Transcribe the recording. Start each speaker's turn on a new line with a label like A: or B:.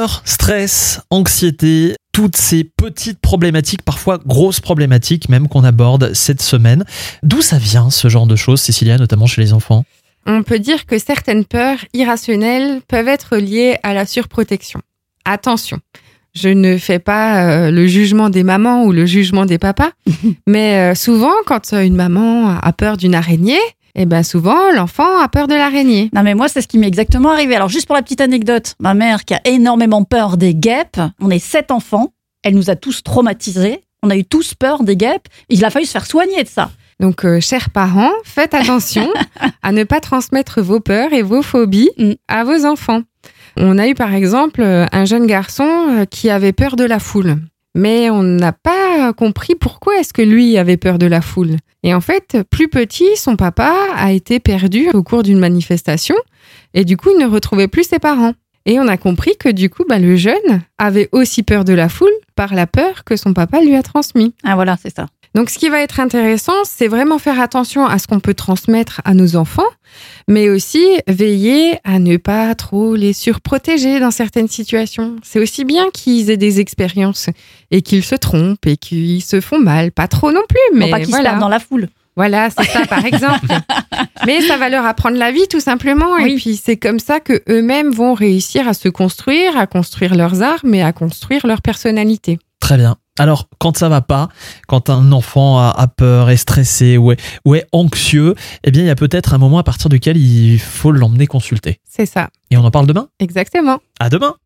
A: Peur, stress, anxiété, toutes ces petites problématiques, parfois grosses problématiques même qu'on aborde cette semaine. D'où ça vient ce genre de choses, Cécilia, notamment chez les enfants ?
B: On peut dire que certaines peurs irrationnelles peuvent être liées à la surprotection. Attention, je ne fais pas le jugement des mamans ou le jugement des papas, mais souvent, quand une maman a peur d'une araignée, souvent, l'enfant a peur de l'araignée.
C: Non, mais moi, c'est ce qui m'est exactement arrivé. Alors, juste pour la petite anecdote, ma mère qui a énormément peur des guêpes, on est 7 enfants, elle nous a tous traumatisés, on a eu tous peur des guêpes, il a fallu se faire soigner de ça.
B: Donc, chers parents, faites attention à ne pas transmettre vos peurs et vos phobies à vos enfants. On a eu, par exemple, un jeune garçon qui avait peur de la foule. Mais on n'a pas compris pourquoi est-ce que lui avait peur de la foule. Et en fait, plus petit, son papa a été perdu au cours d'une manifestation et du coup, il ne retrouvait plus ses parents. Et on a compris que du coup, le jeune avait aussi peur de la foule par la peur que son papa lui a transmise.
C: Ah voilà, c'est ça.
B: Donc, ce qui va être intéressant, c'est vraiment faire attention à ce qu'on peut transmettre à nos enfants, mais aussi veiller à ne pas trop les surprotéger dans certaines situations. C'est aussi bien qu'ils aient des expériences et qu'ils se trompent et qu'ils se font mal. Pas trop non plus, mais
C: pas qu'ils se perdent dans la foule.
B: Voilà, c'est ça, par exemple. Mais ça va leur apprendre la vie, tout simplement. Oui. Et puis, c'est comme ça qu'eux-mêmes vont réussir à se construire, à construire leurs armes et à construire leur personnalité.
A: Très bien. Alors, quand ça va pas, quand un enfant a peur, est stressé ou est anxieux, il y a peut-être un moment à partir duquel il faut l'emmener consulter.
B: C'est ça.
A: Et on en parle demain ?
B: Exactement.
A: À demain.